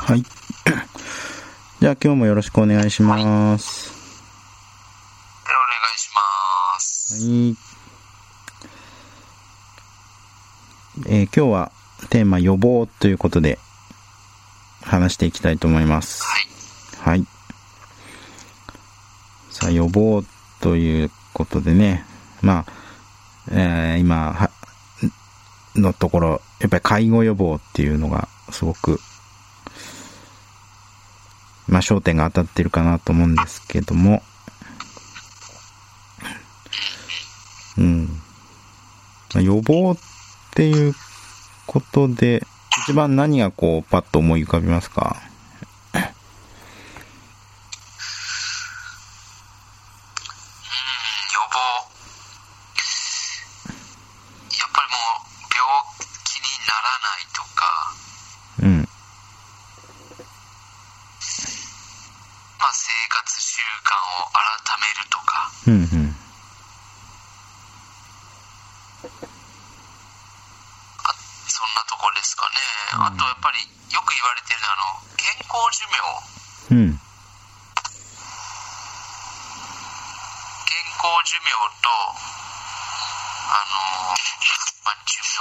はい。じゃあ今日もよろしくお願いします。 お願いします。 はい。今日はテーマ予防ということで話していきたいと思います。はい。はい。さあ予防ということでね、まあ、今のところやっぱり介護予防っていうのがすごく焦点が当たってるかなと思うんですけども、予防っていうことで一番何がこうパッと思い浮かびますか？ 予防、やっぱりもう病気にならないとか、生活習慣を改めるとか、そんなところですかね。あとやっぱりよく言われてるのは健康寿命、健康寿命と寿命、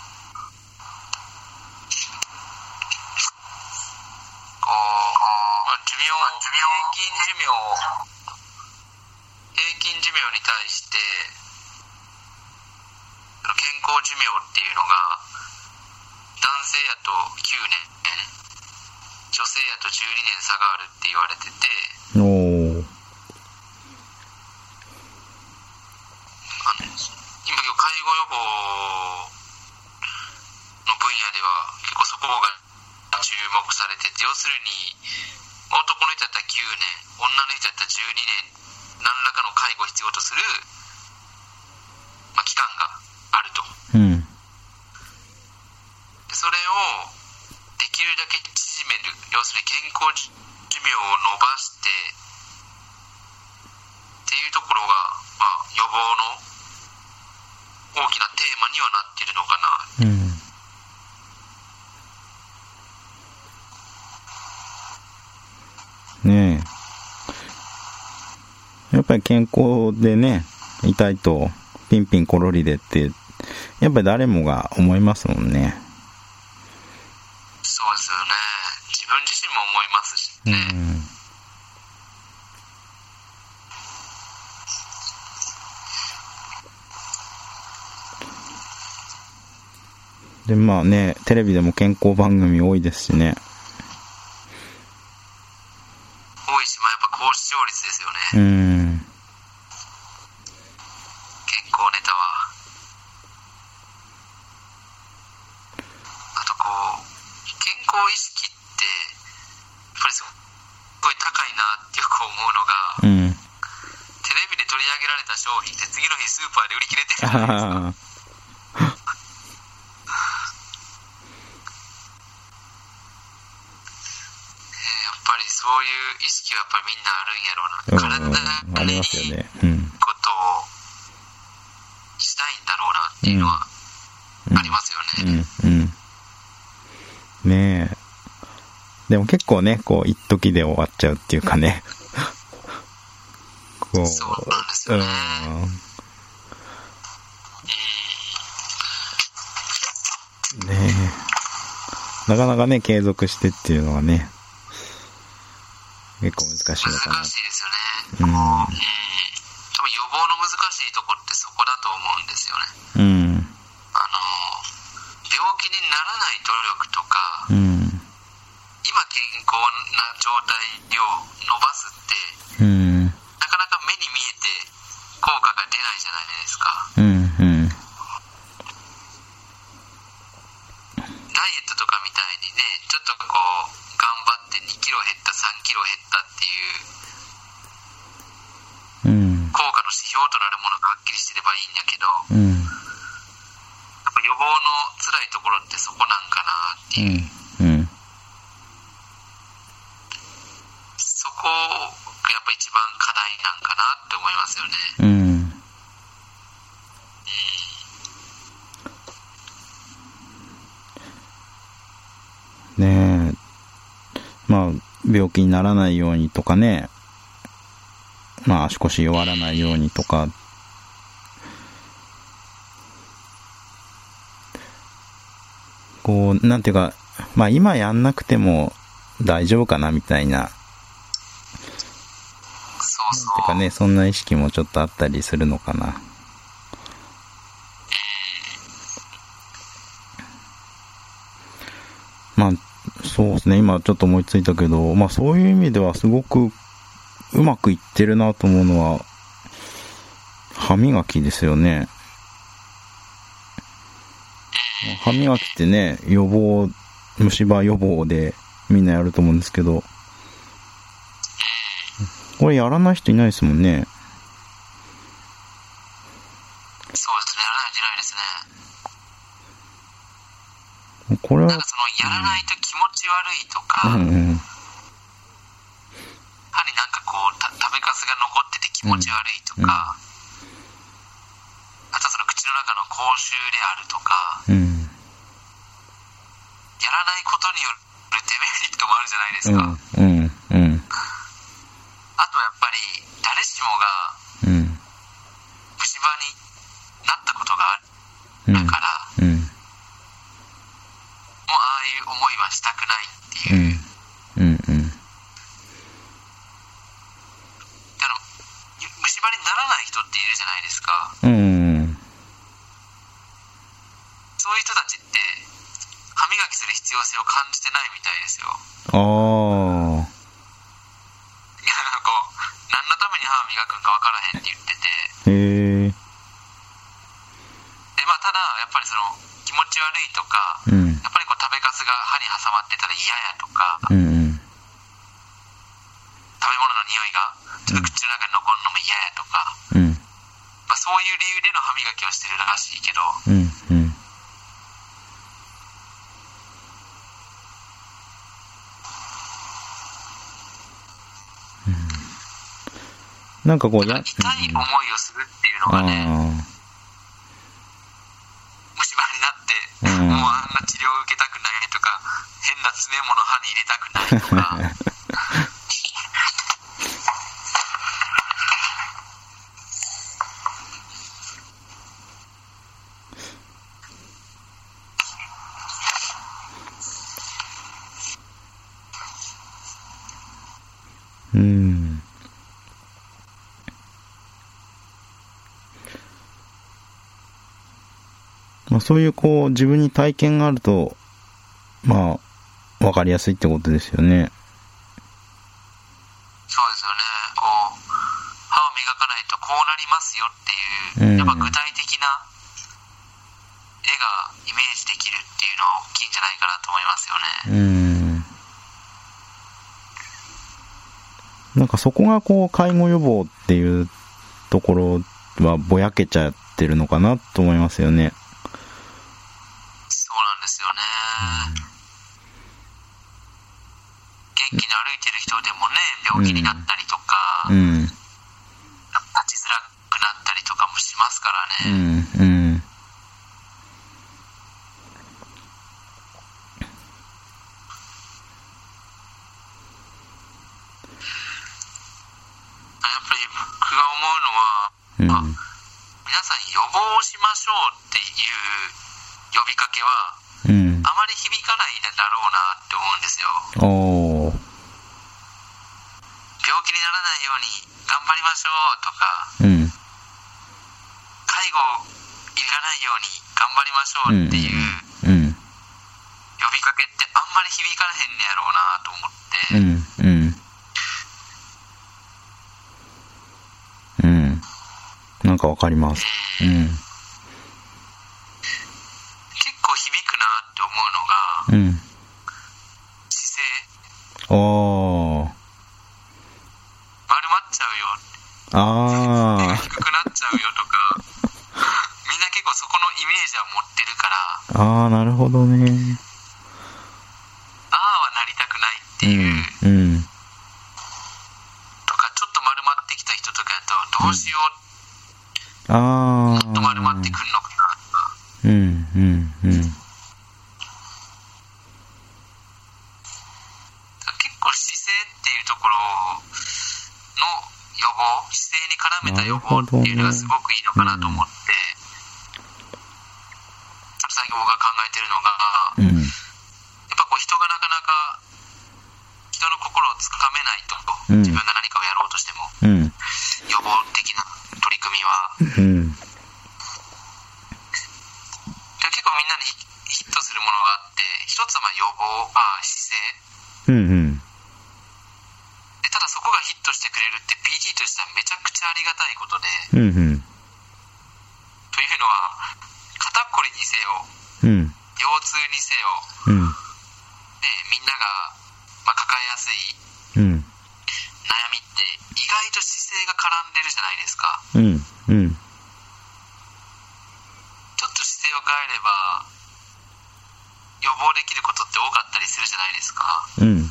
平均寿命に対して健康寿命っていうのが男性やと9年、女性やと12年差があるって言われてて、今介護予防の分野では結構そこが注目されてて、要するに男の人だったら9年、女の人だったら12年、何らかの介護を必要とする、期間があると。それをできるだけ縮める、要するに健康寿命を伸ばしてっていうところが、予防の大きなテーマにはなっているのかな。ねえ。やっぱり健康でね、痛いとピンピンコロリでってやっぱり誰もが思いますもんね。 そうですよね。自分自身も思いますしね。 でテレビでも健康番組多いですしね。 多いし、やっぱ高視聴率ですよね。健康ネタは。あと健康意識ってやっぱりすごい高いなってよく思うのが、テレビで取り上げられた商品って次の日スーパーで売り切れてるじゃないですか。そういう意識はやっぱりみんなあるんやろうな。体にいいことをしたいんだろうなっていうのはありますよね。 ねえ。でも結構ね、一時で終わっちゃうっていうかね。 そうなんですよね。 ねえ。なかなかね、継続してっていうのはね、結構難しいのかな。 難しいですよね。多分予防の難しいところってそこだと思うんですよね。病気にならない努力とか、今健康な状態を伸ばすって、なかなか目に見えて効果が出ないじゃないですか。ダイエットとかみたいにね、ちょっと頑張って2キロ減った3キロ減ったっていう効果の指標となるものがはっきりしてればいいんだけど、やっぱ予防の辛いところってそこなんかなっていう、そこがやっぱ一番課題なんかなって思いますよね。 ねえ。 まあ、病気にならないようにとかね、まあ、足腰弱らないようにとか、こう、なんていうか、まあ、今やんなくても大丈夫かなみたいな、 そうそう。 てかね、そんな意識もちょっとあったりするのかな。まあ、そうですね、今ちょっと思いついたけど、まあそういう意味ではすごくうまくいってるなと思うのは、歯磨きですよね。歯磨きってね、虫歯予防でみんなやると思うんですけど、これやらない人いないですもんね。 そうですね、やらないといないですね。 これはなんかやらないと気持ち悪いとか、 うんうん、 歯になんかこう食べかすが残ってて気持ち悪いとか、あと口の中の口臭であるとか、やらないことによるデメリットもあるじゃないですか。あとはやっぱり誰しもが虫歯になったことがあるから、もうああいう思いはしたくないっていう、虫歯にならない人っているじゃないですか。そういう人たちって歯磨きする必要性を感じてないみたいですよ。何のために歯を磨くんか分からへんって言ってて、でただやっぱり気持ち悪いとか、やっぱり食べかすが歯に挟まってたら嫌やとか、食べ物の匂いがちょっと口の中に残るのも嫌やとか、そういう理由での歯磨きはしてるらしいけど、 なんかこう痛い思いをするっていうのがね、虫歯になって、もうあんな治療を受けたくないとか、変な詰め物歯に入れたくないとかそういう自分に体験があると、わかりやすいってことですよね。 そうですよね。歯を磨かないとこうなりますよっていう、やっぱ具体的な絵がイメージできるっていうのは大きいんじゃないかなと思いますよね。 なんかそこが介護予防っていうところはぼやけちゃってるのかなと思いますよね。 そうなんですよね。元気に歩いてる人でもね、病気になったりとか、立ちづらくなったりとかもしますからね。やっぱり僕が思うのは、皆さん予防しましょうっていう呼びかけは、あまり響かないだろうなって思うんですよ。病気にならないように頑張りましょうとか、介護いらないように頑張りましょうっていう呼びかけってあんまり響かへんねやろうなと思って、 なんかわかります。 結構響くなって思うのが、姿勢。丸まっちゃうよ。手が低くなっちゃうよとか、みんな結構そこのイメージは持ってるから、 なるほどね。 ああはなりたくないっていう、とか、ちょっと丸まってきた人とかやと、どうしよう、もっと丸まってくるのかなとか。結構っていうところの予防、姿勢に絡めた予防っていうのがすごくいいのかなと思って、最後が考えてるのが、やっぱこう人がなかなか人の心をつかめないと、自分が何かをやろうとしても、予防的な取り組みは、結構みんなにヒットするものがあって、一つは予防、姿勢、でただそこがヒットしてくれるって PT としてはめちゃくちゃありがたいことで、というのは肩こりにせよ、腰痛にせよ、でみんなが、抱えやすい悩みって意外と姿勢が絡んでるじゃないですか。ちょっと姿勢を変えれば予防できることって多かったりするじゃないですか。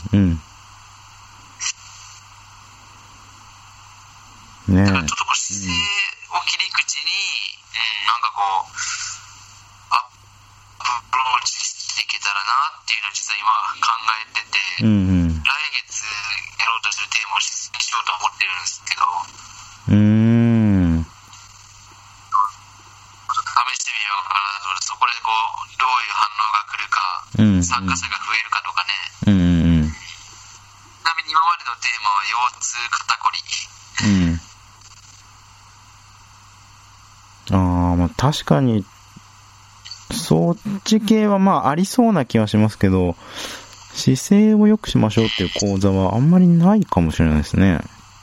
だからちょっとこう姿勢を切り口に、なんかこうアプローチしていけたらなっていうのを実は今考えてて、来月やろうとするテーマをしようと思ってるんですけど、試してみようかなと思って、そこでこうどういう反応が来るか、参加者が増えるかとかね。ちなみに今までのテーマは腰痛、肩こり。 確かにそっち系はありそうな気はしますけど、姿勢を良くしましょうっていう講座はあんまりないかもしれないですね。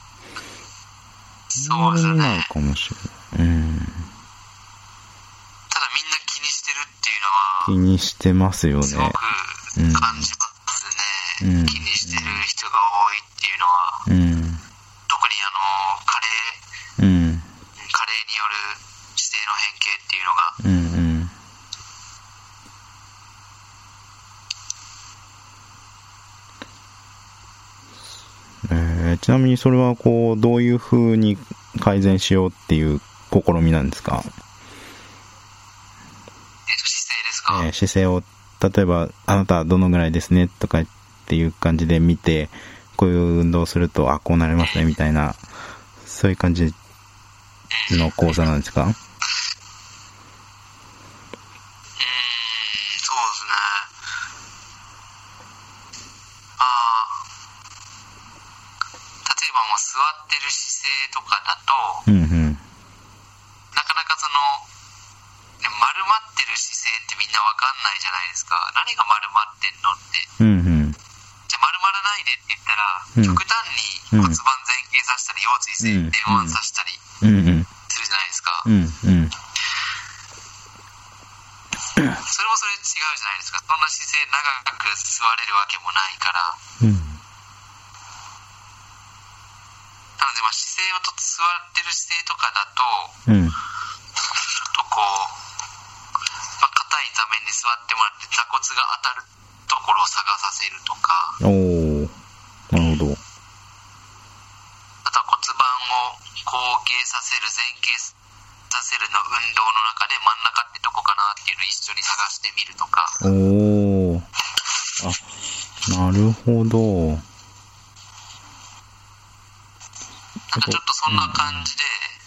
そうですね。 ないかもしれない。 ただみんな気にしてるっていうのは気にしてますよね。 すごく感じますね。気にしてる人が多いっていうのは、特に加齢による姿勢の変形っていうのが、 ちなみにそれはこうどういう風に改善しようっていう試みなんですか？ 姿勢ですか？ 姿勢を例えばあなたはどのぐらいですねとかっていう感じで見て、こういう運動をするとこうなりますねみたいな、そういう感じの講座なんですか？ 座ってる姿勢とかだと、なかなか丸まってる姿勢ってみんな分かんないじゃないですか。何が丸まってんのって、じゃあ丸まらないでって言ったら、極端に骨盤前傾させたり腰椎前腕させたりするじゃないですか。それもそれ違うじゃないですか。そんな姿勢長く座れるわけもないから、なので姿勢を座ってる姿勢とかだと、ちょっとこう、硬い座面に座ってもらって座骨が当たるところを探させるとか、 なるほど。 あとは骨盤を後傾させる、前傾させるの運動の中で真ん中ってどこかなっていうのを一緒に探してみるとか。 なるほど。 なんかちょっとそんな感じで、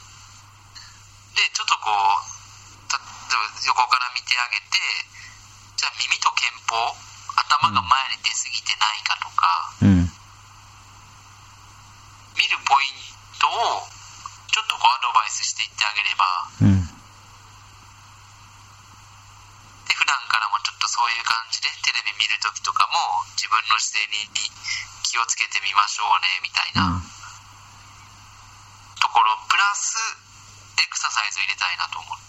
ちょっとこう、例えば横から見てあげて、じゃあ耳と肩甲、頭が前に出過ぎてないかとか、見るポイントをちょっとこうアドバイスしていってあげれば、で普段からもちょっとそういう感じでテレビ見るときとかも自分の姿勢に気をつけてみましょうねみたいな、ところプラスエクササイズ入れたいなと思って、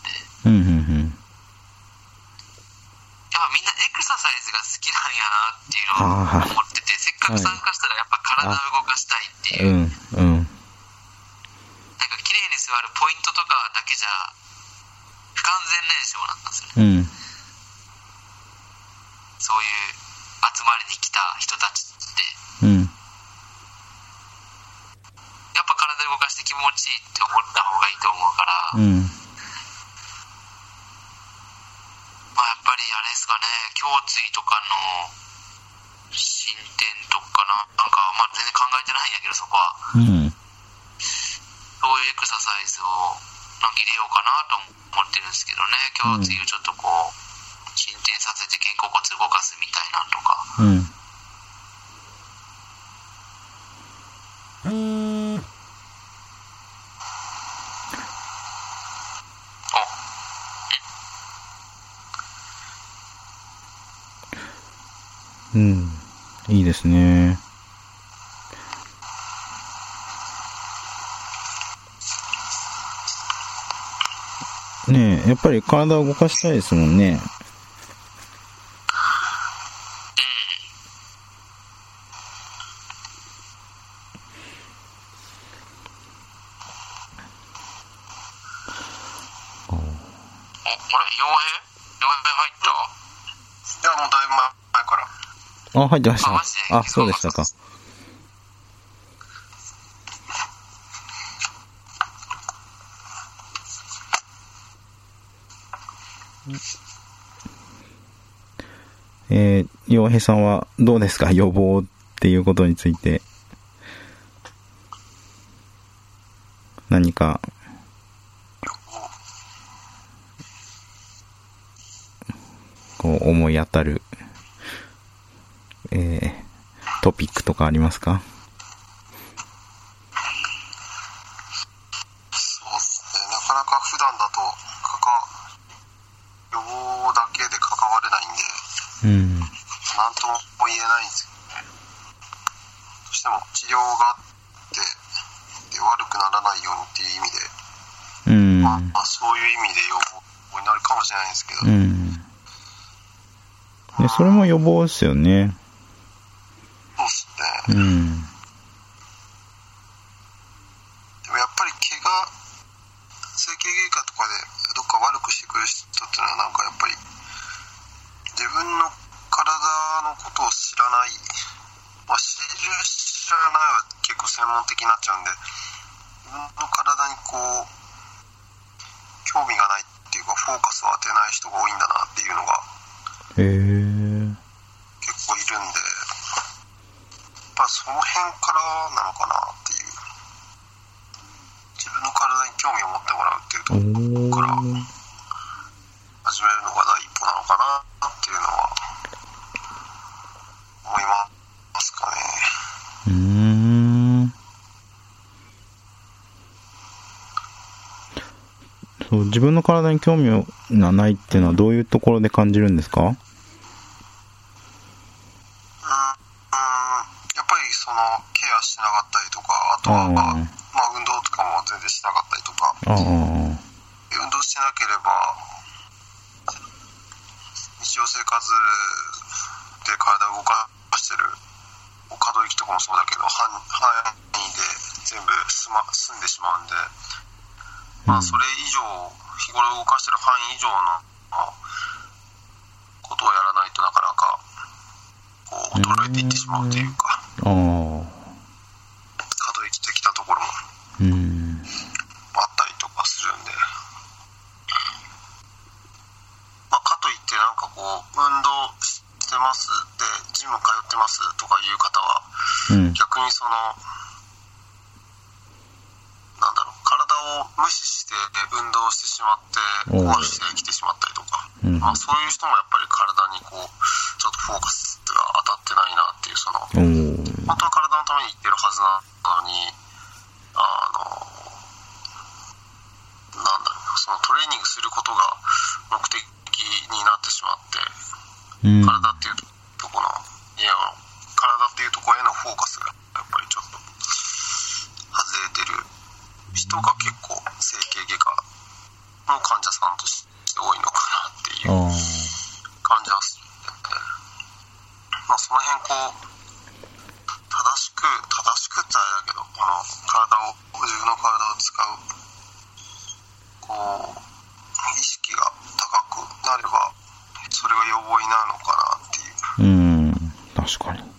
やっぱみんなエクササイズが好きなんやなっていうのを思ってて、せっかく参加したらやっぱ体を動かしたいっていう、なんか綺麗に座るポイントとかだけじゃ不完全燃焼なんですよね、そういう集まりに来た人たちって、やっぱ体動かして気持ちいいって思った方がいいと思うから、やっぱりあれですかね、胸椎とかの進展とかなんかまあ全然考えてないんやけど、そこは。そういうエクササイズをなんか入れようかなと思ってるんですけどね。胸椎をちょっとこう伸展させて肩甲骨動かすみたいなんとか。 いいですね。ねえ、やっぱり体を動かしたいですもんね。あ、入ってました。あ、そうでしたか。洋平さんはどうですか、予防っていうことについて。何か。こう思い当たる。トピックとかありますか？ そうですね、なかなか普段だと予防だけで関われないんで、なんとも言えないんですけどね。どうしても治療があってで悪くならないようにっていう意味で、まあそういう意味で予防になるかもしれないんですけど、 でそれも予防ですよね。 そうですね。でもやっぱり整形外科とかでどっか悪くしてくる人っていうのはなんかやっぱり自分の体のことを知らない、まあ知らないは結構専門的になっちゃうんで、自分の体にこう興味がないっていうかフォーカスを当てない人が多いんだなっていうのが結構いるんで、やっぱその辺からなのかなっていう、自分の体に興味を持ってもらうっていうところから始めるのが第一歩なのかなっていうのは思いますかね。 そう、自分の体に興味がないっていうのはどういうところで感じるんですか？ やっぱりそのケアしなかったりとか、あとはまあ運動とかも全然しなかったりとか、運動してなければ日常生活で体を動かしてる可動域とかもそうだけど範囲で全部済んでしまうんで、まあそれ以上日頃動かしてる範囲以上のことをやらないとなかなかこう衰えていってしまうというか、可動域的なところもあったりとかするんで、まあ、かといってなんかこう運動してますでジム通ってますとかいう方は、逆にそのなんだろう、体を無視して運動してしまって壊してきてしまったりとか、まあ、そういう人もやっぱり体にこうちょっとフォーカスが当たってないなっていう、その本当は体のために言ってるはずなのに、なんだろう、そのトレーニングすることが目的になってしまって、体っていうところの体っていうところへのフォーカスがやっぱりちょっと外れてる人が結構整形外科の患者さんとして多いのかなっていう感じはするんで、まあその辺こう正しくってあれだけど、自分の体を使うこう意識が高くなればそれが予防になるのかなっていう。 確かに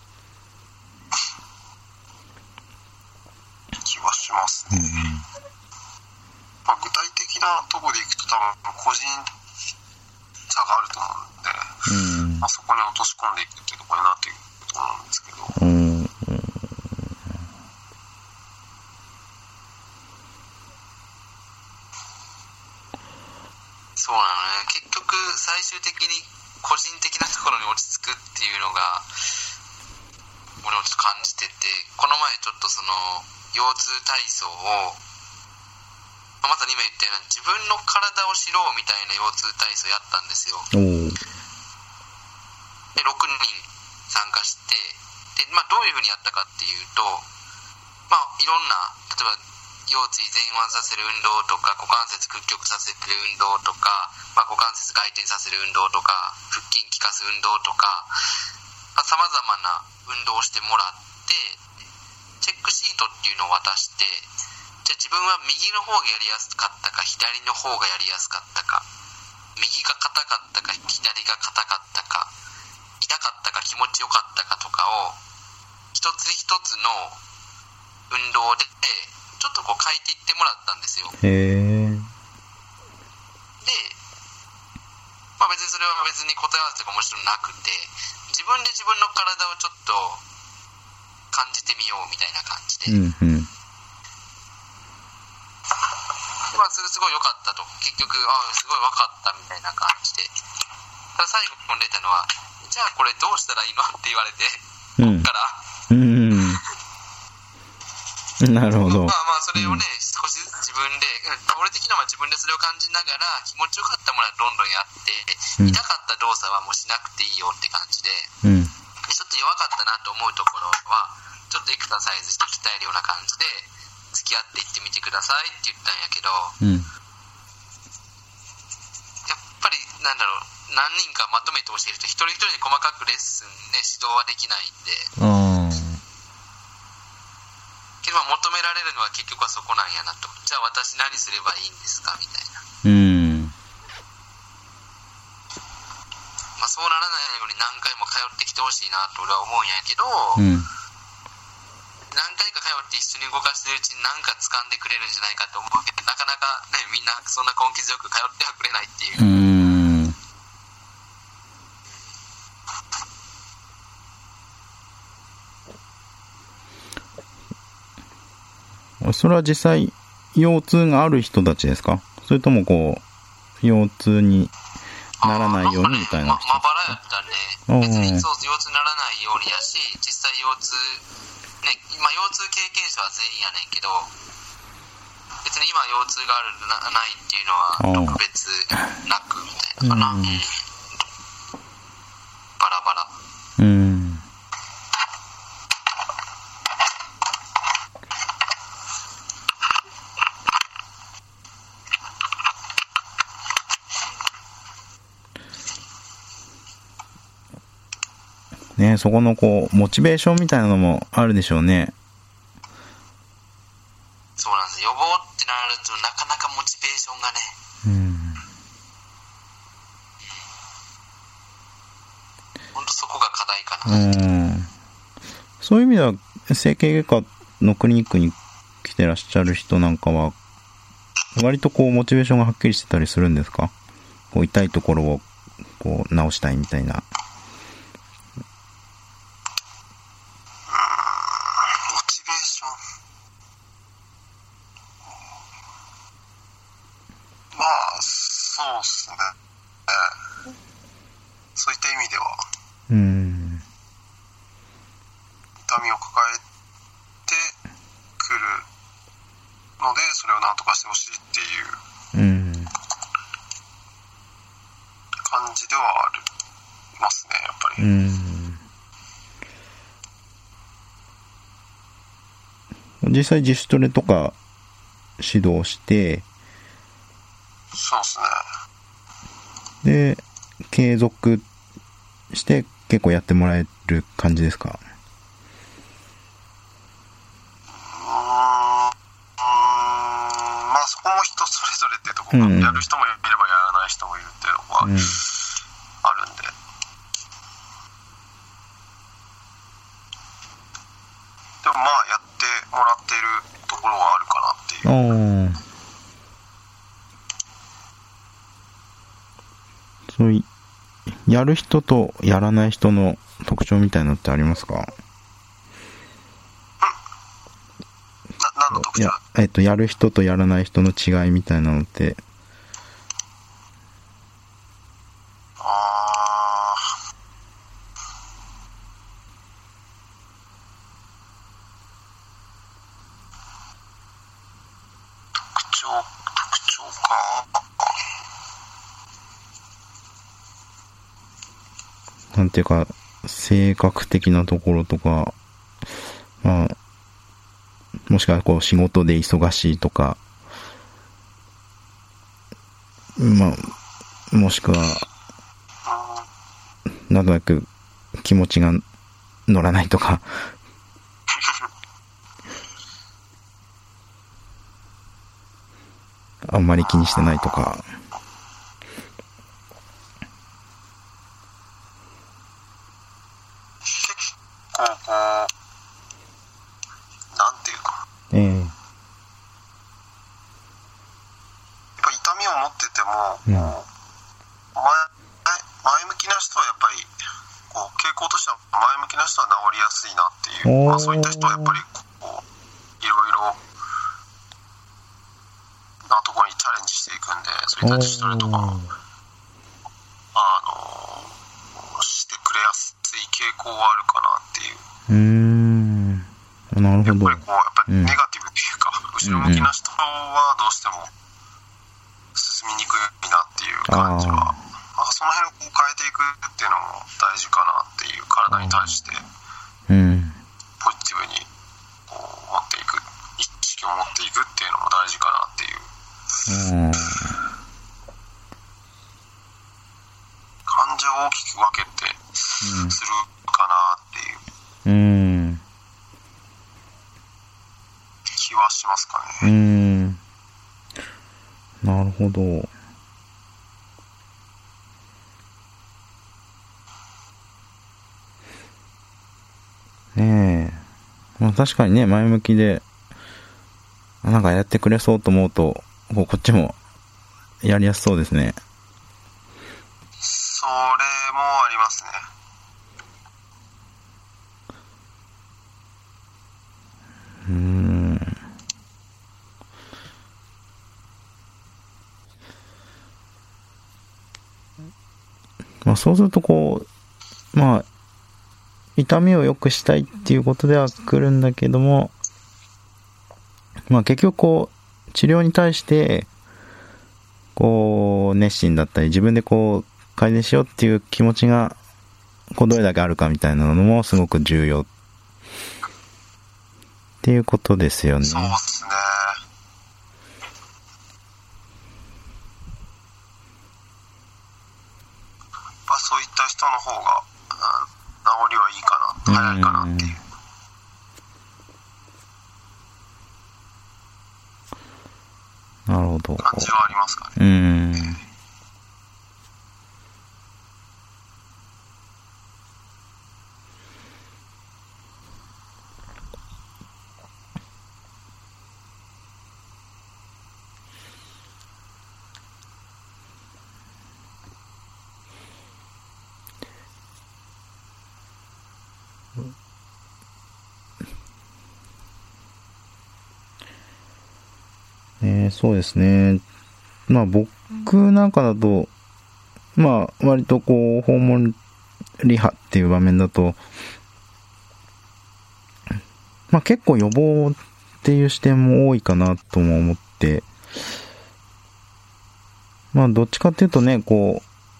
気はしますね。まあ、具体的なところでいくと多分個人差があると思うんで、まあ、そこに落とし込んでいくっていうところになっていくと思うんですけど、 終的に個人的なところに落ち着くっていうのが俺もちょっと感じてて、この前ちょっとその腰痛体操を、まさに今言ったような自分の体を知ろうみたいな腰痛体操やったんですよ。で6人参加して、で、どういうふうにやったかっていうと、いろんな、例えば腰椎前腕させる運動とか、股関節屈曲させる運動とか、股関節回転させる運動とか、腹筋効かす運動とか、さまざまな運動をしてもらって、チェックシートっていうのを渡して、じゃあ自分は右の方がやりやすかったか、左の方がやりやすかったか、右が硬かったか、左が硬かったか、痛かったか気持ちよかったかとかを一つ一つの運動でちょっとこう書いていってもらったんですよ。で、別にそれは別に答え合わせとかもちろんなくて、自分で自分の体をちょっと感じてみようみたいな感じで、それすごい良かったと、結局すごい分かったみたいな感じで、ただ最後に出たのは、じゃあこれどうしたらいいのって言われて、こっからなるほど。 それをね、少しずつ自分で、俺的には自分でそれを感じながら、気持ちよかったものはどんどんやって、痛かった動作はもうしなくていいよって感じで、ちょっと弱かったなと思うところは、ちょっとエクササイズして鍛えるような感じで、付き合っていってみてくださいって言ったんやけど、やっぱり、何人かまとめて教えると、一人一人に細かくレッスンね、指導はできないんで、けど求められるのは結局はそこなんやなと。じゃあ私何すればいいんですかみたいな。そうならないように何回も通ってきてほしいなと俺は思うんやけど、何回か通って一緒に動かしてるうちに何か掴んでくれるんじゃないかと思うけど、なかなかね、みんなそんな根気強く通ってはくれないっていう。 それは実際腰痛がある人たちですか？それともこう腰痛にならないようにみたいな人ですか？ まばらやったね。別に腰痛にならないようにやし、実際腰痛ね、腰痛経験者は全員やねんけど、別に今腰痛があるないっていうのは特別なくみたいなかな。バラバラ。 ね、そこのこうモチベーションみたいなのもあるでしょうね。 そうなんです。予防ってなるとなかなかモチベーションがね、本当そこが課題かな。 そういう意味では整形外科のクリニックに来てらっしゃる人なんかは割とこうモチベーションがはっきりしてたりするんですか？こう痛いところをこう直したいみたいな。 そうですね。そういった意味では、痛みを抱えてくるので、それを何とかしてほしいっていう感じではありますね、やっぱり。実際自主トレとか指導して、 そうですね。で、継続して結構やってもらえる感じですか？ そこも人それぞれっていうところが、やる人もいればやらない人もいるっていうのがあるんで、でもやってもらっているところはあるかなっていう。 そういうやる人とやらない人の特徴みたいなのってありますか？ 何の特徴？ やる人とやらない人の違いみたいなのって。 徴か。 なんていうか、性格的なところとか、まあ、もしくはこう仕事で忙しいとか、まあ、もしくは、なんとなく気持ちが乗らないとか、あんまり気にしてないとか。 なんていうか。やっぱ痛みを持ってても、前向きな人はやっぱり、こう、傾向としては前向きな人は治りやすいなっていう、まあそういった人はやっぱり、こう、いろいろなところにチャレンジしていくんで、そういった人とか、してくれやすい傾向はあるかなっていう。 なるほど。 やっぱりネガティブっていうか、後ろ向きな人はどうしても進みにくいなっていう感じは、その辺をこう変えていくっていうのも大事かなっていう、体に対してポジティブにこう持っていく、意識を持っていくっていうのも大事かなっていう。感情を大きく分けてするかなっていう気はしますかね。 なるほど。ねえ、まあ、確かにね、前向きでなんかやってくれそうと思うと、こっちもやりやすそうですね。 それもありますね。 まあそうするとこう、まあ痛みを良くしたいっていうことでは来るんだけども、まあ結局こう治療に対してこう熱心だったり、自分でこう改善しようっていう気持ちがこうどれだけあるかみたいなのもすごく重要っていうことですよね。 そうですね。そういった人の方が治りはいいかな、早いかなっていう。 なるほど。 感じはありますかね。 そうですね。まあ僕なんかだと、まあ割とこう訪問リハっていう場面だと、まあ結構予防っていう視点も多いかなとも思って、まあどっちかっていうとね、こ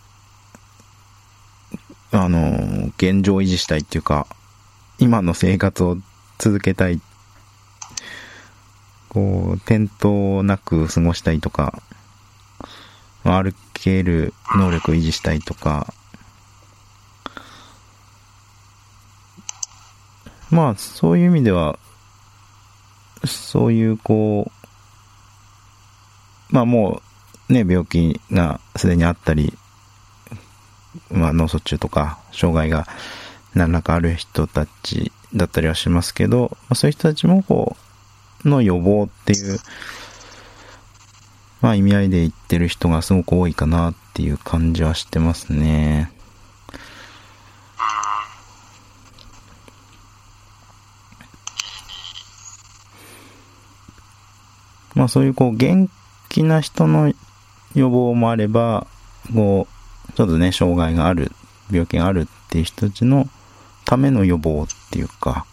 う現状維持したいっていうか、今の生活を続けたい、こう転倒なく過ごしたいとか、歩ける能力を維持したいとか、まあそういう意味では、そういうこう、まあもうね、病気がすでにあったり、まあ脳卒中とか障害が何らかある人たちだったりはしますけど、そういう人たちもこうの予防っていう、まあ意味合いで言ってる人がすごく多いかなっていう感じはしてますね。まあそういうこう元気な人の予防もあれば、こうちょっとね障害がある、病気があるっていう人たちのための予防っていうか、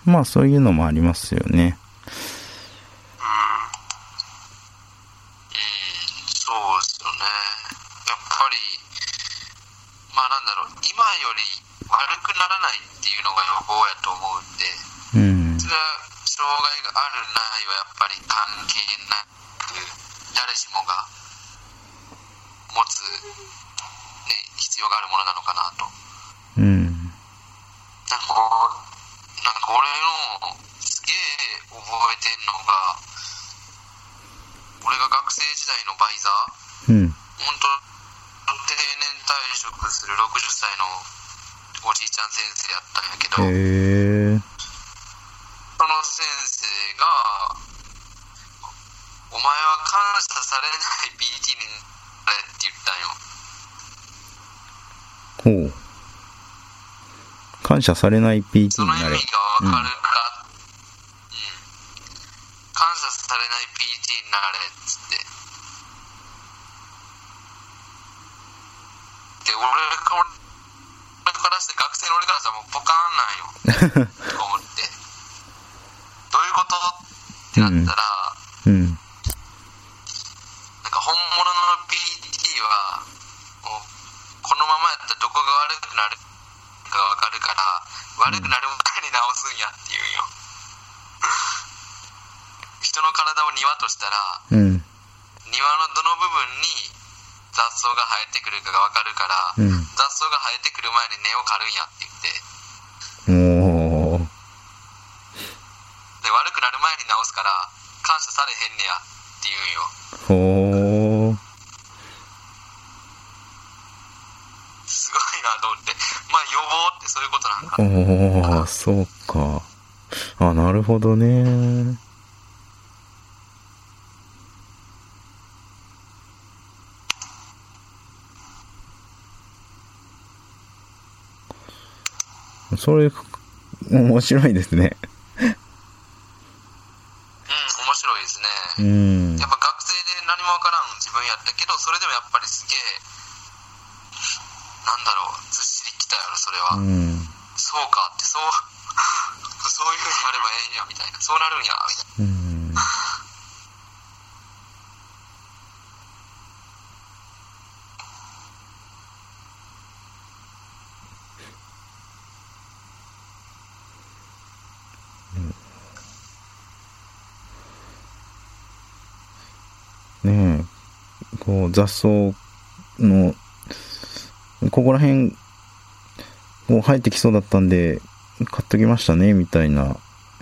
まあそういうのもありますよね。 そうですよね。やっぱりまあなんだろう、今より悪くならないっていうのが予防やと思うんで、それは障害があるないはやっぱり関係なく誰しもが持つ、ね、必要があるものなのかなと。なんか俺のすげえ覚えてんのが、俺が学生時代のバイザー、本当定年退職する60歳のおじいちゃん先生やったんやけど、その先生がお前は感謝されない PT になれって言ったんよ。 ほう。感謝されない PT になれ。 その意味がわかるか、感謝されない PT になれっつって。で、俺からして学生の俺からしたらもうポカーンなんよと思って、どういうことってなったら、なんか本物の PT はもうこのままやったらどこが悪くなるか分かるから、悪くなる前に直すんやっていうんよ。人の体を庭としたら、庭のどの部分に雑草が生えてくるかが分かるから、雑草が生えてくる前に根を刈るんやって言って、で悪くなる前に直すから感謝されへんねやって言うんよ。すごいなと思って、まあ予防ってそういうことなんか。 そうか。あ、なるほどね。それ面白いですね。 面白いですね。やっぱ学生で何もわからん自分やったけど、それでもやっぱりすげえ、なんだろう、ずっしりきたやろそれは。そうかって、そういう風になればええんやみたいな、そうなるんやみたいな。 ねえ、こう雑草のここら辺こう生えてきそうだったんで買っときましたねみたいな、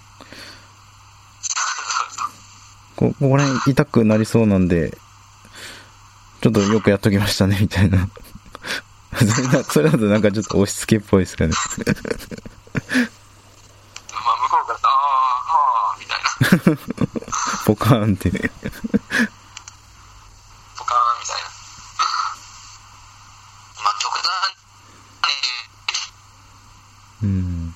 ここら辺痛くなりそうなんでちょっとよくやっときましたねみたいなそれだとなんかちょっと押し付けっぽいですかね。 まあ向こうからはあみたいなポカーンってねポカーンみたいな。まあ極端に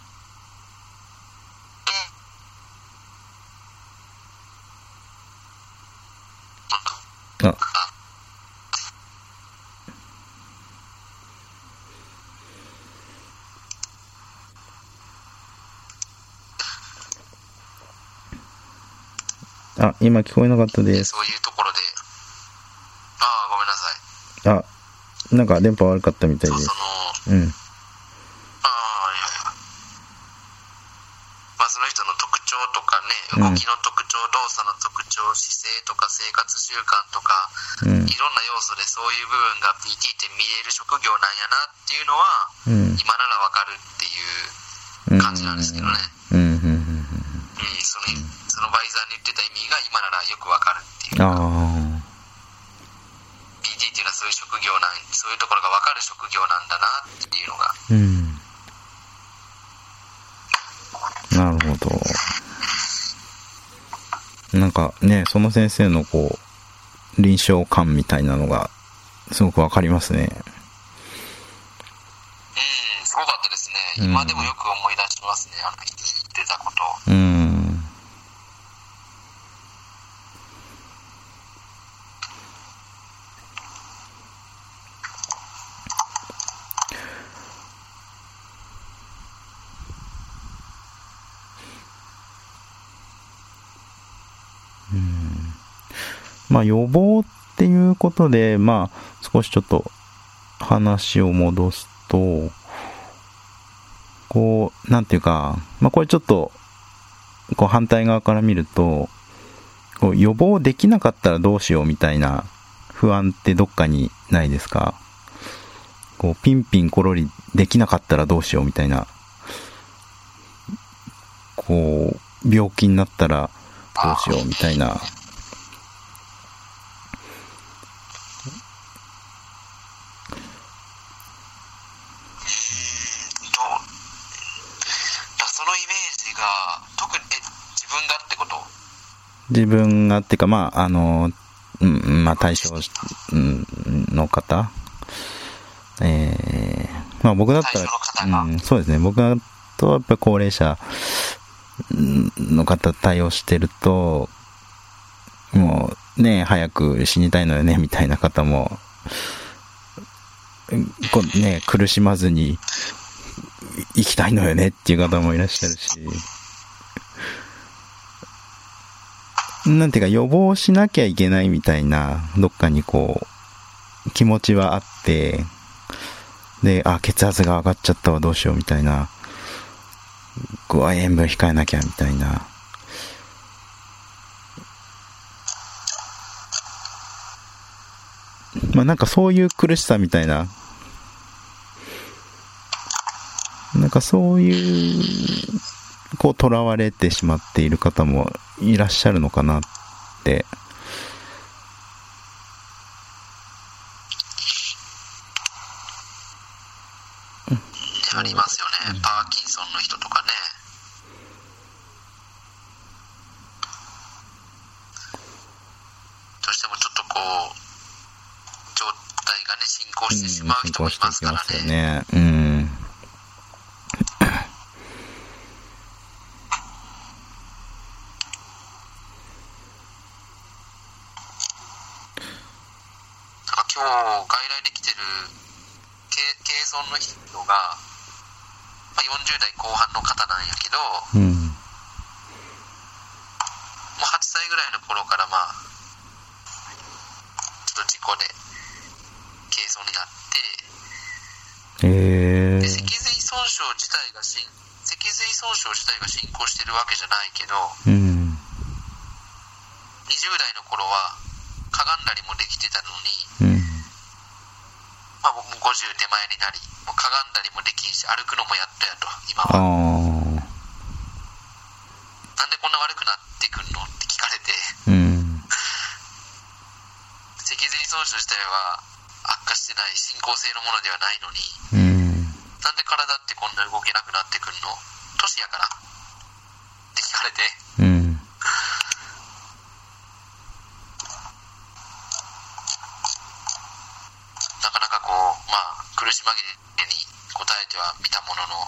今聞こえなかったです。 そういうところで、ごめんなさい。なんか電波悪かったみたいです。 まあその人の特徴とかね、動きの特徴、動作の特徴、姿勢とか生活習慣とか、いろんな要素でそういう部分が PT って見える職業なんやなっていうのは、今ならわかるっていう感じなんですけどね。そのバイザーに言ってた意味が今ならよくわかるっていうか、PT っていうのはそういう職業そういうところがわかる職業なんだなっていうのが、 なるほど。なんかね、その先生のこう臨床感みたいなのがすごくわかりますね。 すごかったですね。今でもよく思い出しますね、あの人言ってたことを。 まあ予防っていうことで、まあ少しちょっと話を戻すと、こう、なんていうか、まあこれちょっと、こう反対側から見ると、こう予防できなかったらどうしようみたいな不安ってどっかにないですか？こうピンピンコロリできなかったらどうしようみたいな、こう病気になったらどうしようみたいな。 そのイメージが特に自分がってこと？ 自分がっていうか、まあまあ対象の方、まあ僕だったら、そうですね、僕だとやっぱり高齢者の方対応してると、もうね、早く死にたいのよねみたいな方もこうね、苦しまずに生きたいのよねっていう方もいらっしゃるし、なんていうか予防しなきゃいけないみたいな、どっかにこう気持ちはあって、で、血圧が上がっちゃったわどうしようみたいな、塩分控えなきゃみたいな、まあなんかそういう苦しさみたいな、なんかそういうこう囚われてしまっている方もいらっしゃるのかなって。 ありますよね、パーキンソンの人とかね。どうしてもちょっとこう状態がね進行してしまう人もいますからね。今日外来で来てる軽村の人が、まあ、40代後半の方なんやけど、もう8歳ぐらいの頃からまあちょっと事故で軽損になって、で脊髄損傷自体が進行してるわけじゃないけど、20代の頃はかがんだりもできてたのに、まあ、もう50手前になり、もうかがんだりもできんし、歩くのもやっとやと、今は。なんでこんな悪くなってくんのって聞かれて、脊髄損傷自体は悪化してない進行性のものではないのに、なんで体ってこんな動けなくなってくんの？年やからって聞かれて、なかなかこう、まあ、苦し紛れに答えてはみたものの、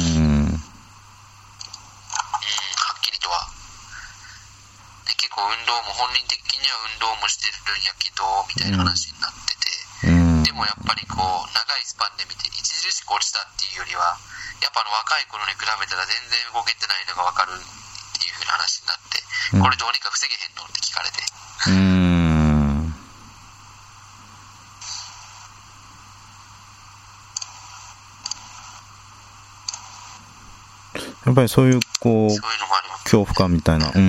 はっきりとは。で、結構運動も、本人的には運動もしてるんやけど、みたいな話になってて、でもやっぱりこう、長いスパンで見て、著しく落ちたっていうよりは、やっぱ若い頃に比べたら全然動けてないのが分かるっていう風な話になって、これどうにか防げへんのって聞かれて。 やっぱりそういうこう、 そういうのもあります。 恐怖感みたいな。恐怖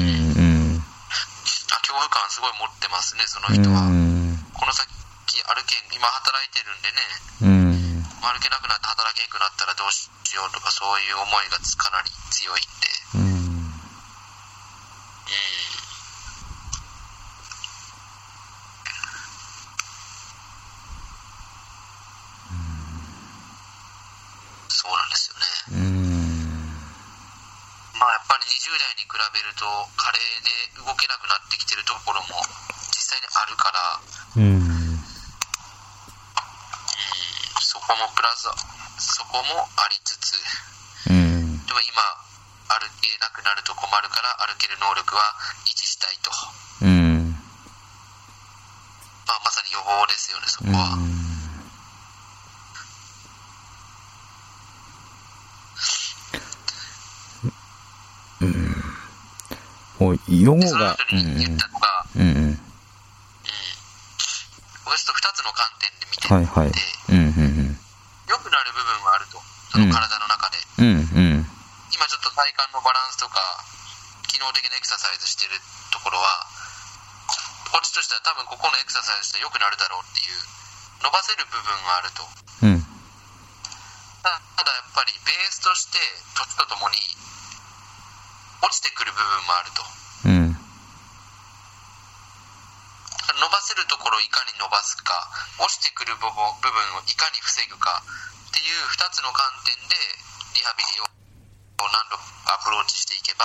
感すごい持ってますね、その人は。この先歩けん、今働いてるんでね、歩けなくなって働けなくなったらどうしようとか、そういう思いがかなり強いんで。そうなんですよね。まあやっぱり20代に比べると加齢で動けなくなってきてるところも実際にあるから、そこもプラス、そこもありつつ、でも今歩けなくなると困るから歩ける能力は維持したいと。まあまさに予防ですよね、そこは。 予後が、 その人に言ったのが、 2つの観点で見ていて、 はいはい、うんうんうん、 良くなる部分はあると、その体の中で、 うんうん、 今ちょっと体幹のバランスとか機能的なエクササイズしてるところはこっちとしては多分ここのエクササイズして良くなるだろうっていう伸ばせる部分があると、 うん、 ただやっぱりベースとして時とともに落ちてくる部分もあると、 うん、 伸ばせるところをいかに伸ばすか、落ちてくる部分をいかに防ぐかっていう2つの観点でリハビリを何度かアプローチしていけば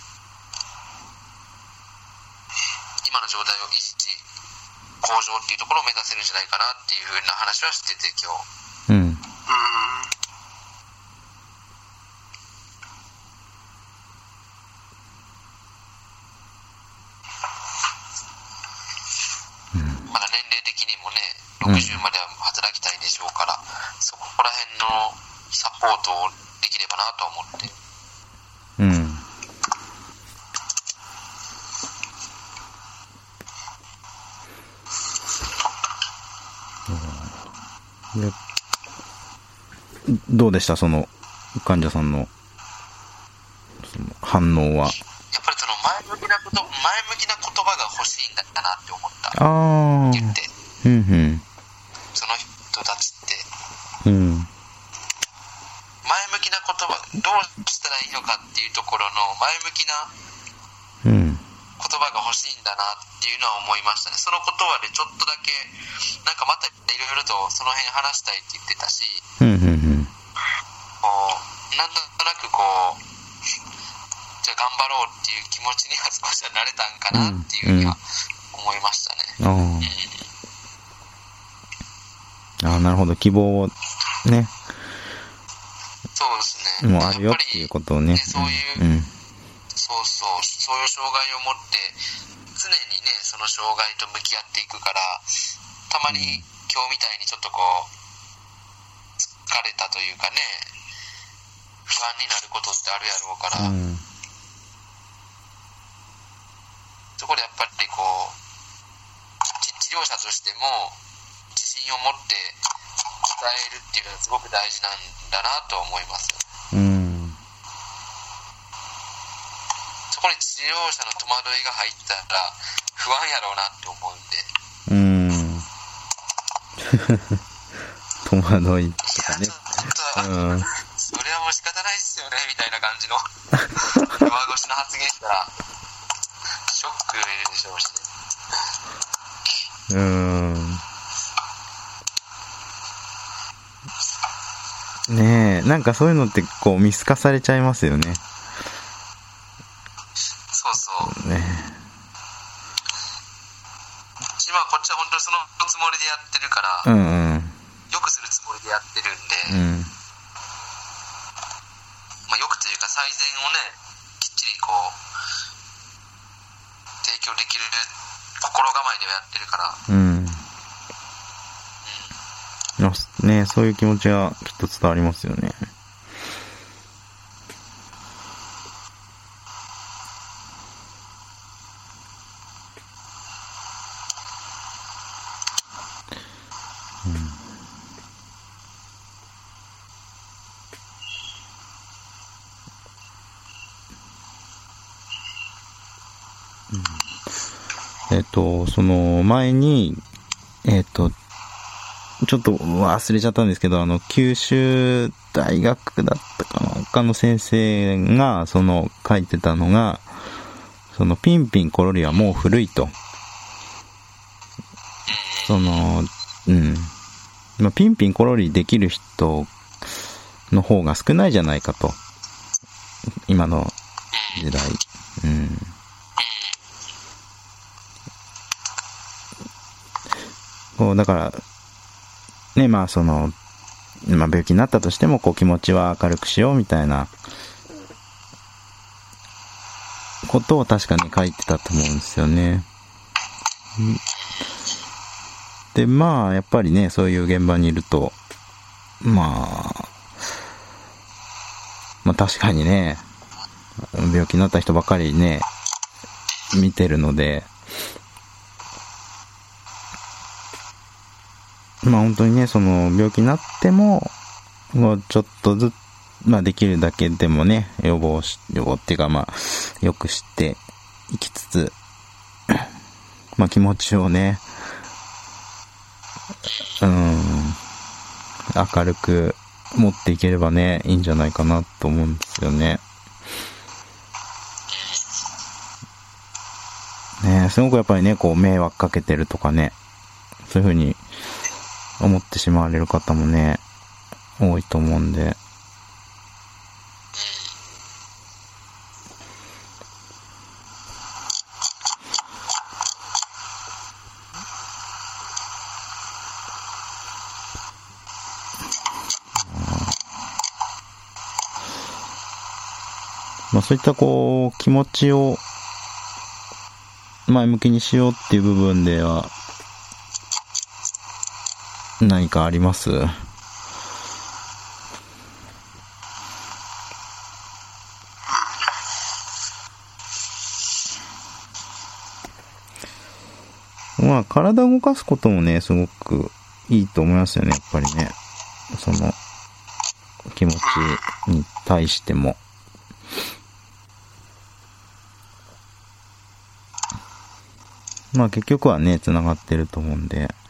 今の状態を維持向上っていうところを目指せるんじゃないかなっていうふうな話はしてて今日。まだ年齢的にもね60までは働きたいでしょうから、そこら辺のサポートをできればなと思って。 どうでしたその患者さんの反応は。 やっぱりその前向きな言葉が欲しいんだなって思った。言って、その人たちって、前向きな言葉どうしたらいいのかっていうところの前向きな言葉が欲しいんだなっていうのは思いましたね。その言葉でちょっとだけなんかまたいろいろとその辺話したいって言ってたし、こうなんとなくこうじゃあ頑張ろうっていう気持ちには少しはなれたんかなっていうふうには思いましたね。 なるほど、希望をね。 そうですね。 もうあるよっていうことをね。 そういう障害を持って常にねその障害と向き合っていくから、たまに今日みたいにちょっとこう疲れたというかね、不安になることってあるやろうから、そこでやっぱりこう治療者としても自信を持って伝えるっていうのはすごく大事なんだなと思います。そこに治療者の戸惑いが入ったら不安やろうなって思うんで。 戸惑いとかね。 それはもう仕方ないっすよねみたいな感じの弱腰の発言したらショックでしょうしね。ねえ、なんかそういうのってこう見透かされちゃいますよね。 そうそうね。 今こっちは本当にそのつもりでやってるから、よくするつもりでやってるんで、よくというか最善をねきっちりこう提供できる心構えではやってるから、 ね、そういう気持ちはきっと伝わりますよね。その前にちょっと忘れちゃったんですけど、九州大学だったかな、他の先生がその書いてたのが、そのピンピンコロリはもう古いと、ピンピンコロリできる人の方が少ないじゃないかと、今の時代。だからね、病気になったとしてもこう気持ちは明るくしようみたいなことを確かに書いてたと思うんですよね。でやっぱりね、そういう現場にいると確かにね、病気になった人ばかりね見てるので、 まあ本当にね、その病気になっても、もうちょっとずつ、まあできるだけでもね、予防っていうかまあ、よくしていきつつ、まあ気持ちをね、明るく持っていければね、いいんじゃないかなと思うんですよね。ね、すごくやっぱりね、こう迷惑かけてるとかね、そういう風に思ってしまわれる方もね、多いと思うんで。まあそういったこう気持ちを前向きにしようっていう部分では何かあります？まあ体を動かすこともね、すごくいいと思いますよね、やっぱりね。その気持ちに対しても。まあ結局はね、繋がってると思うんで。やっ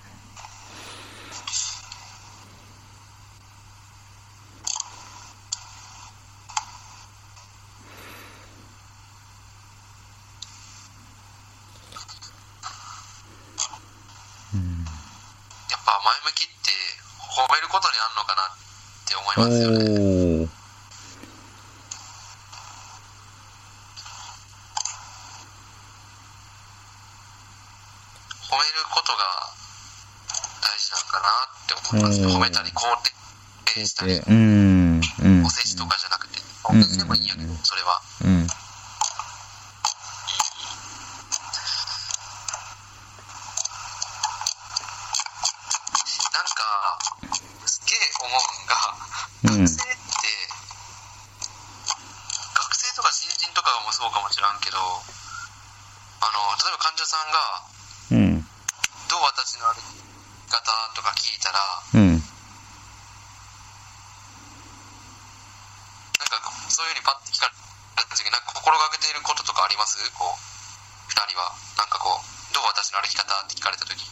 ぱ前向きって褒めることにあるのかなって思いますよね。褒めることが大事なのかなって思います。褒めたり肯定したり、お世辞とかじゃなくて、お世辞でもいいんやけど、それは。なんかすげえ思うんが、学生とか新人とかもそうかもしらんけど、例えば患者さんがどう私の歩き方とか聞いたら、なんかそういう風にパッて聞かれた時に、なんか心がけていることとかあります？こう2人はなんかこうどう私の歩き方って聞かれた時に、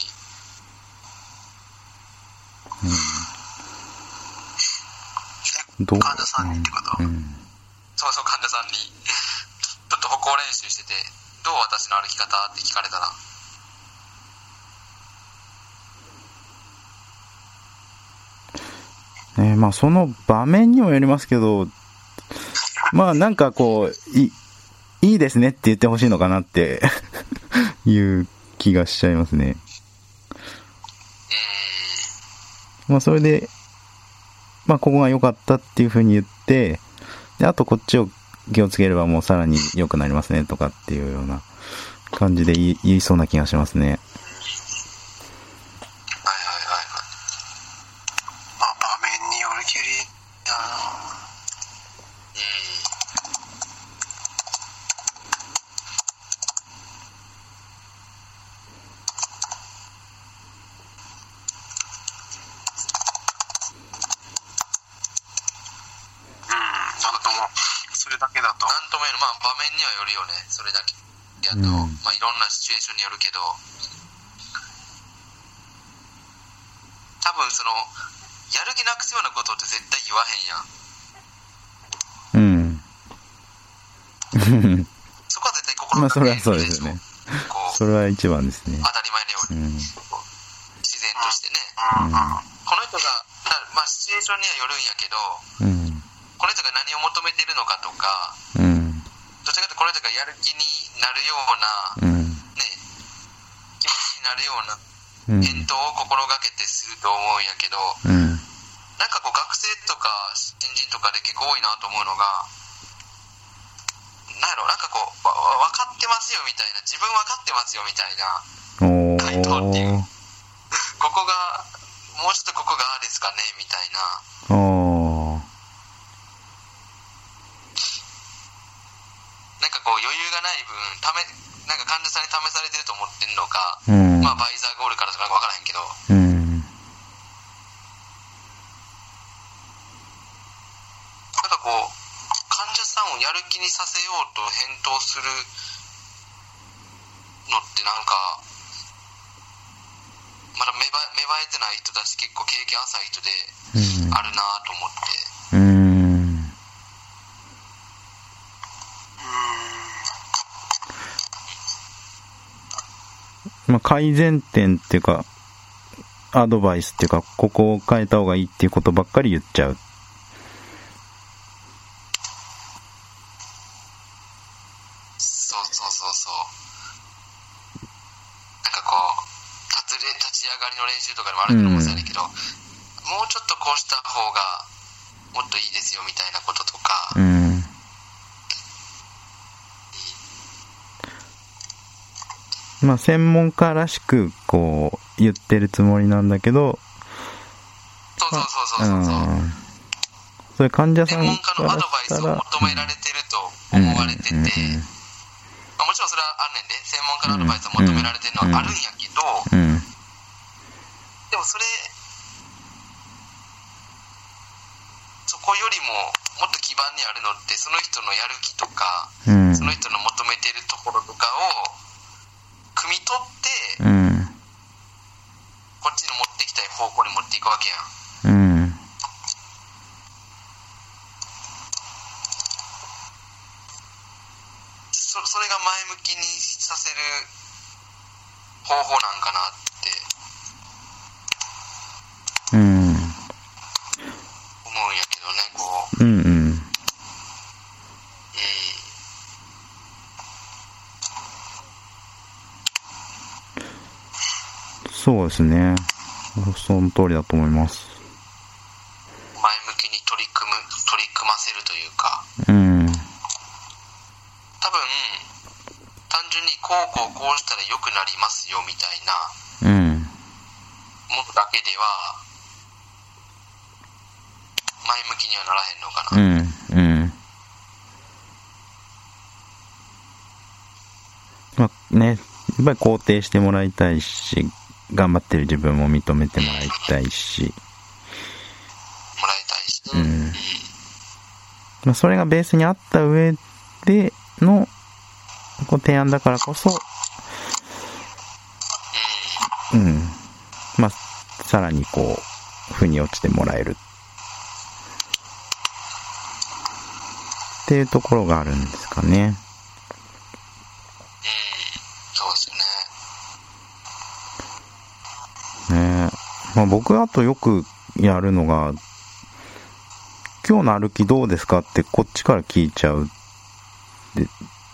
患者さんにってこと？ そうそう、患者さんにちょっと歩行練習してて、どう私の歩き方って聞かれたら。 まあその場面にもよりますけど、まあなんかこういいですねって言ってほしいのかなっていう気がしちゃいますね。まあそれで、まあここが良かったっていう風に言って、であとこっちを気をつければもうさらに良くなりますねとかっていうような感じで言いそうな気がしますね。 それだけだとなんとも言うの、まあ場面にはよるよね。それだけやと、まあいろんなシチュエーションによるけど、多分そのやる気なくすようなことって絶対言わへんやん。そこは絶対心がける。 まあそれはそうですよね。それは一番ですね。 当たり前のように、自然としてね、この人がまあシチュエーションにはよるんやけど、この人が何を求めてるのかとか、どちらかというとこの人がやる気になるような、気持ちになるような返答を心がけてすると思うんやけど、なんかこう学生とか新人とかで結構多いなと思うのが、なんやろ、なんかこう分かってますよみたいな、自分分かってますよみたいな回答っていう、ここがもうちょっとここがですかねみたいな。なんかこう余裕がない分、なんか患者さんに試されてると思ってるのか、まあバイザーがおるからとか分からへんけど、 をやる気にさせようと返答するのってなんかまだ芽生えてない人たち、結構経験浅い人であるなと思って、 まあ、改善点っていうかアドバイスっていうか、ここを変えた方がいいっていうことばっかり言っちゃう。 なんかこう立ち上がりの練習とかでもあるかもしれないけど、もうちょっとこうした方がもっといいですよみたいなこととか、 まあ専門家らしくこう言ってるつもりなんだけど、それ患者さん専門家のアドバイスを求められてると思われてて、もちろんそれはあるねんで、専門家のアドバイスを求められてるのはあるんやけど、でもそこよりももっと基盤にあるのって、その人のやる気とか、その人の求めてるところとかを汲み取って、こっちの持ってきたい方向に持っていくわけやん。それが前向きにさせる方法なんかなって思うんやけどね、こう。そうですね。その通りだと思います。 前向きに取り組ませるというか。多分単純にこうしたら良くなりますよみたいなものだけでは前向きにはならへんのかな。 まあね、やっぱり肯定してもらいたいし、頑張ってる自分も認めてもらいたいし、まあそれがベースにあった上でのこう提案だからこそ、まあさらにこう腑に落ちてもらえるっていうところがあるんですかね。 そうですよね。まあ僕あとよくやるのが、今日の歩きどうですかってこっちから聞いちゃう。で、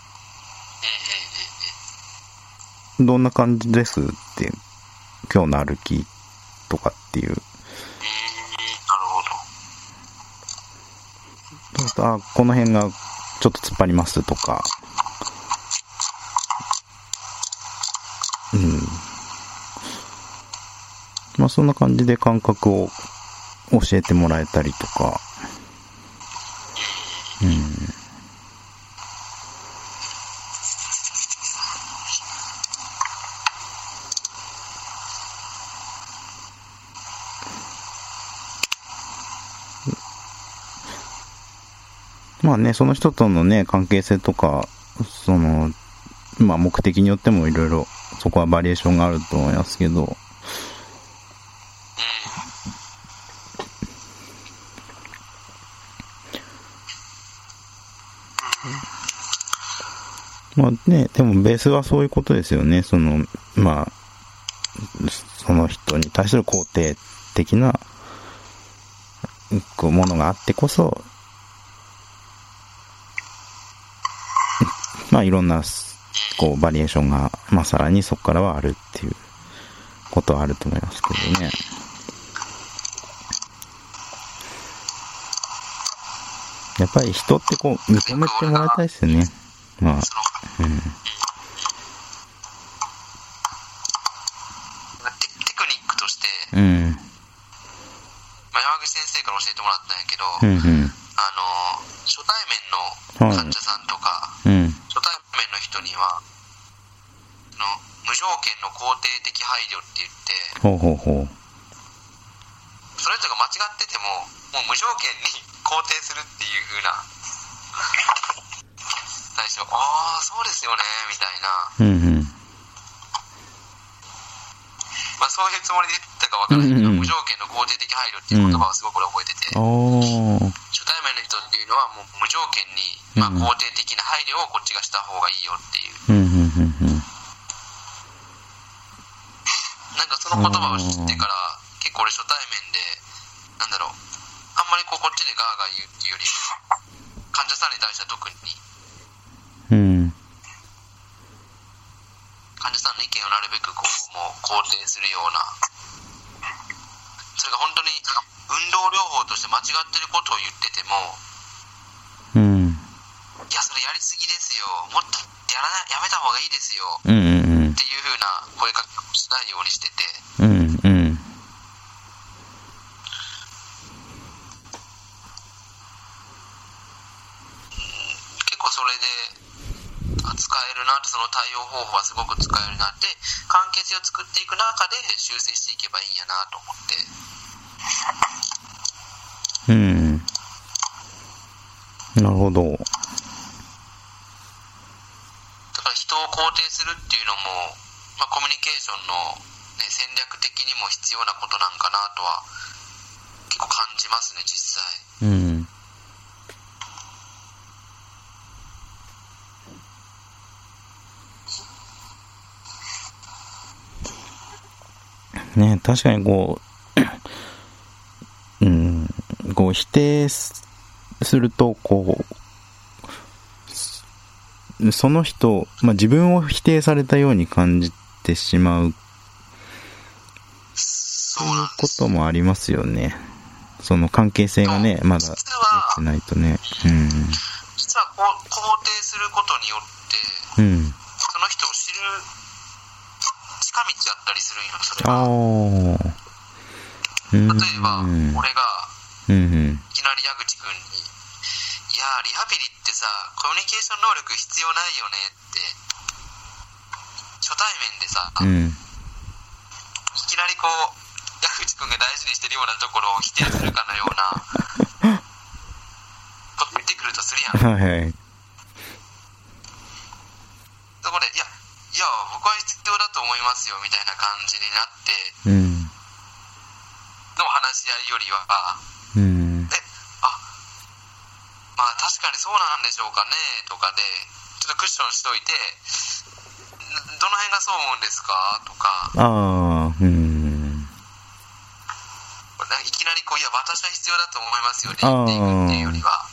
どんな感じですって、今日の歩きとかっていう。なるほど。この辺がちょっと突っ張りますとか。まあそんな感じで感覚を教えてもらえたりとか。まあね、その人とのね、関係性とか、まあ目的によってもいろいろ、そこはバリエーションがあると思いますけど、まあね、でもベースはそういうことですよね。まあ、その人に対する肯定的な、ものがあってこそ、まあいろんなバリエーションがまあさらにそこからはあるっていうことはあると思いますけどね。やっぱり人って認めてもらいたいですよね。まあ、テクニックとして、山口先生から教えてもらったんやけど、初対面の患者さんとか、初対面の人には無条件の肯定的配慮って言って、それぞれが間違っててももう無条件に肯定するっていう風な最初、ああ、そうですよね、みたいな。まあ、そういうつもりで言ったか分からないけど、無条件の肯定的配慮っていう言葉をすごく覚えてて、初対面の人っていうのはもう無条件に、まあ、肯定的な配慮をこっちがした方がいいよっていう。なんかその言葉を知ってから、結構俺初対面で、なんだろう、あんまりこっちでガーガー言うっていうより、患者さんに対しては特に、患者さんの意見をなるべくこうもう肯定するような、それが本当に運動療法として間違ってることを言ってても、いやそれやりすぎですよ、もっとやめた方がいいですよ、っていう風な声かけをしないようにしてて、結構それで使えるなって、その対応方法はすごく使えるなって、関係性を作っていく中で修正していけばいいんやなと思って。 なるほど。 だから人を肯定するっていうのも、まあ、コミュニケーションの、ね、戦略的にも必要なことなんかなとは結構感じますね、実際。 ね、確かにこう否定するとこうその人、まあ、自分を否定されたように感じてしまうそういうこともありますよね。その関係性がねまだできてないとね。 実は肯定することによって、その人を知る近道だったりするんよ、それが。例えば、俺が、いきなり矢口くんに、いやリハビリってさ、コミュニケーション能力必要ないよねって、初対面でさ、いきなりこう、矢口くんが大事にしてるようなところを否定するかのような、こと言ってくるとするやん。そこで、いや、僕は必要だと思いますよみたいな感じになっての話し合いよりは、まあ確かにそうなんでしょうかねとかでちょっとクッションしといて、どの辺がそう思うんですかとか、いきなりこう、いや私は必要だと思いますよねっていくっていうよりは、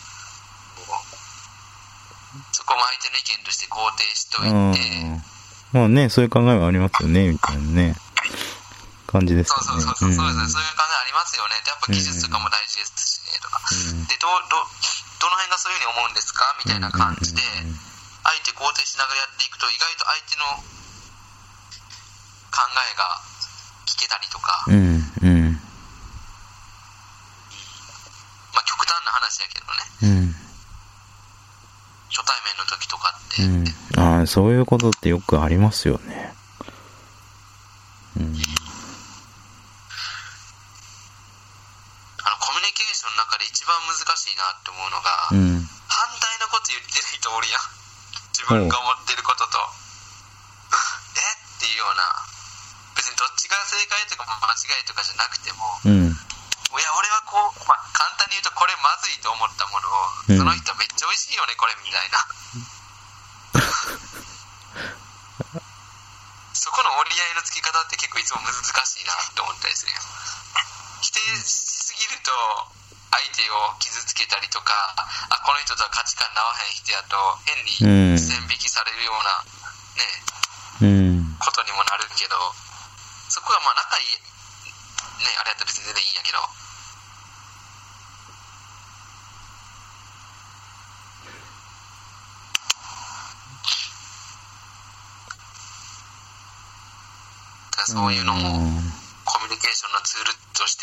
そこも相手の意見として肯定しといて、 まあね、そういう考えはありますよねみたいなね感じですよね。 そうですね、そういう考えありますよね。でやっぱ技術とかも大事ですしねとか、でどの辺がそういうふうに思うんですかみたいな感じで、相手肯定しながらやっていくと意外と相手の考えが聞けたりとか、まあ極端な話やけどね、初対面の時とかって、 そういうことってよくありますよね。 コミュニケーションの中で一番難しいなって思うのが、反対のこと言ってる人おるやん、自分が思ってることとっていうような、別にどっちが正解とか間違いとかじゃなくても、いや俺はこう、まあ、簡単に言うとこれまずいと思ったものを、その人めっちゃ美味しいよねこれみたいなそこの折り合いのつき方って結構いつも難しいなって思ったりするやん。否定しすぎると相手を傷つけたりとか、この人とは価値観合わへん人やと変に線引きされるようなね、ことにもなるけど、そこがまあ仲いいね、あれやったら別に全然いいんやけど、そういうのもコミュニケーションのツールとして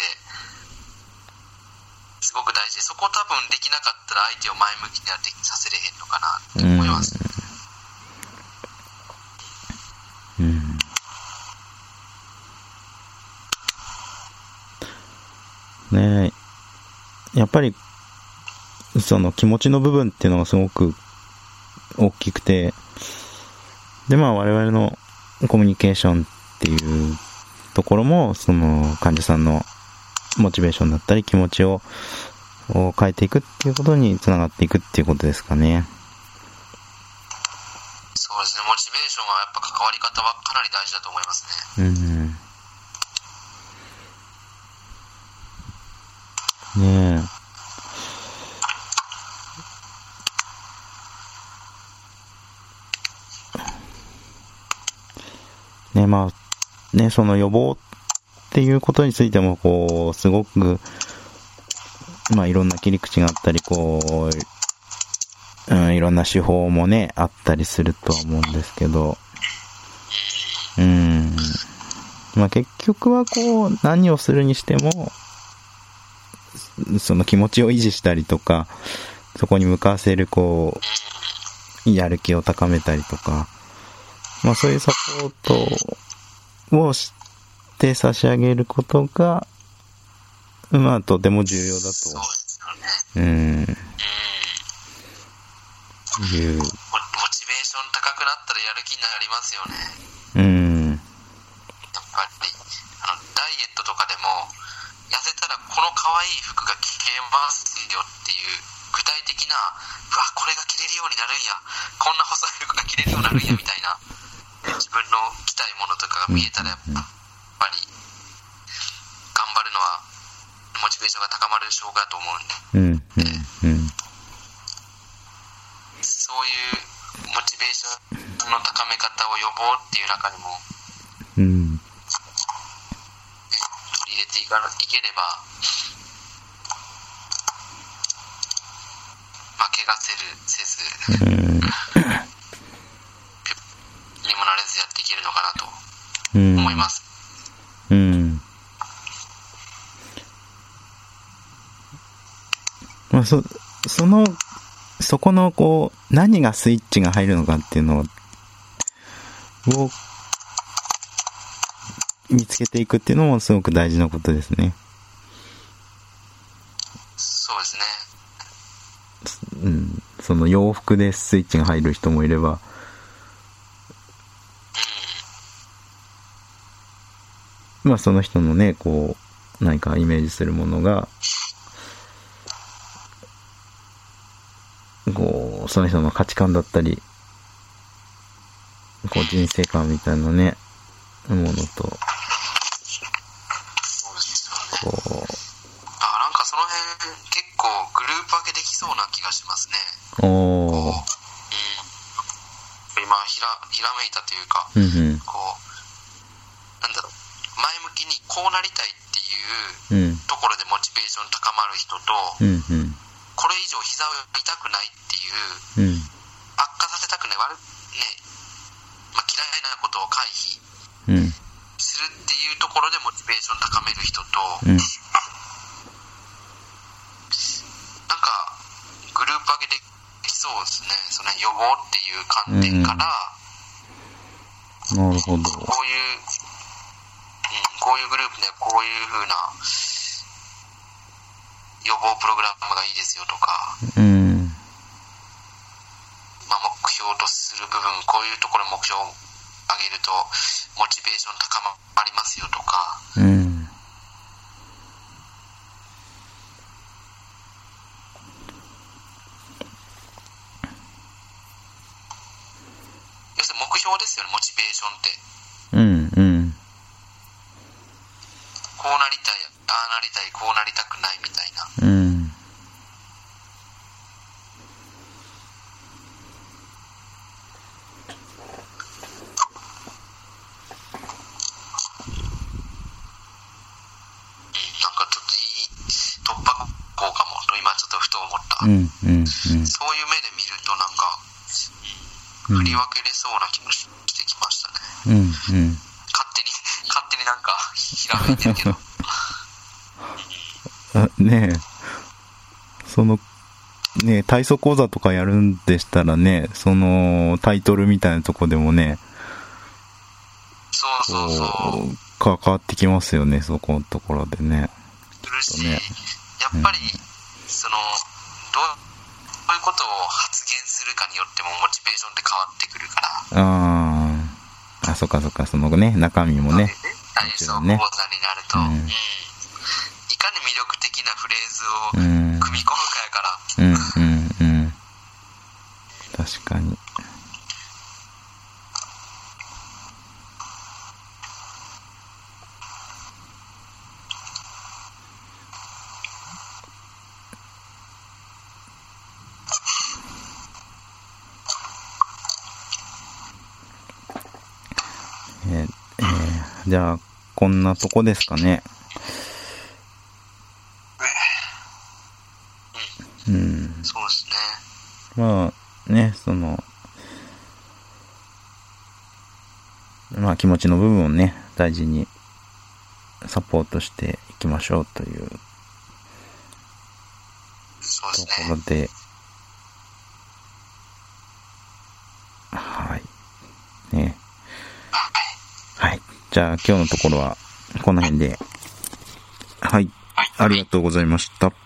すごく大事で、そこを多分できなかったら相手を前向きになってさせれへんのかなって思います。 ねえ、やっぱりその気持ちの部分っていうのがすごく大きくて、でまあ我々のコミュニケーションっていうところもその患者さんのモチベーションだったり気持ちを変えていくっていうことにつながっていくっていうことですかね。 そうですね、モチベーションはやっぱ関わり方はかなり大事だと思いますね。ねえ。ね、まあね、その予防っていうことについてもこうすごくまあいろんな切り口があったりこう、いろんな手法もねあったりするとは思うんですけど、まあ結局はこう何をするにしてもその気持ちを維持したりとか、そこに向かわせるこうやる気を高めたりとか、まあそういうサポートをして差し上げることがまあとても重要だと。 そうですよね。モチベーション高くなったらやる気になりますよね。やっぱりダイエットとかでも痩せたらこの可愛い服が着れますよっていう具体的な、うわこれが着れるようになるんや、こんな細い服が着れるようになるんやみたいな自分の着たいものとかが見えたらやっぱり頑張るのはモチベーションが高まる証拠だと思うんで、そういうモチベーションの高め方を予防っていう中にも、取り入れていければ、まあ、怪我せずにもなれずやっていけるのかなと思います。 まあ、そこのこう何がスイッチが入るのかっていうのを見つけていくっていうのもすごく大事なことですね。 そうですね。その洋服でスイッチが入る人もいれば、まあその人のねこう何かイメージするものがこうその人の価値観だったりこう人生観みたいなねものとこうなんかその辺結構グループ分けできそうな気がしますね。今ひらめいたというか、こうなんだろう、前向きにこうなりたいっていうところでモチベーション高まる人と、これ以上膝を痛くないっていう、悪化させたくない、まあ、嫌いなことを回避するっていうところでモチベーション高める人と、なんかグループ分けできそうですね。その予防っていう観点から、 なるほど。 こういうグループでこういう風な予防プログラムがいいですよとか、まあ、目標とする部分、こういうところ目標を上げるとモチベーション高まりますよとか、要するに目標ですよね、モチベーションって。こうなりたい、ああなりたい、こうなりたくないみたいな。そういう目で見るとなんか振り分けれそうな気もしてきましたね。勝手になんかひらめいてるけどねえ、そのね体操講座とかやるんでしたらね、そのタイトルみたいなとこでもね、 そう関わってきますよね、そこのところでね。 するし、やっぱりそのことを発言するかによってもモチベーションって変わってくるから。 そっかそっか、そのね、中身もね。 そう、講座になると、いかに魅力的なフレーズを組み込むかやから。 確かに。じゃあ、こんなとこですかね。 そうですね。まあ、ね、気持ちの部分をね、大事にサポートしていきましょうというところで、はい。ね。はい。じゃあ今日のところはこの辺で。はい。ありがとうございました。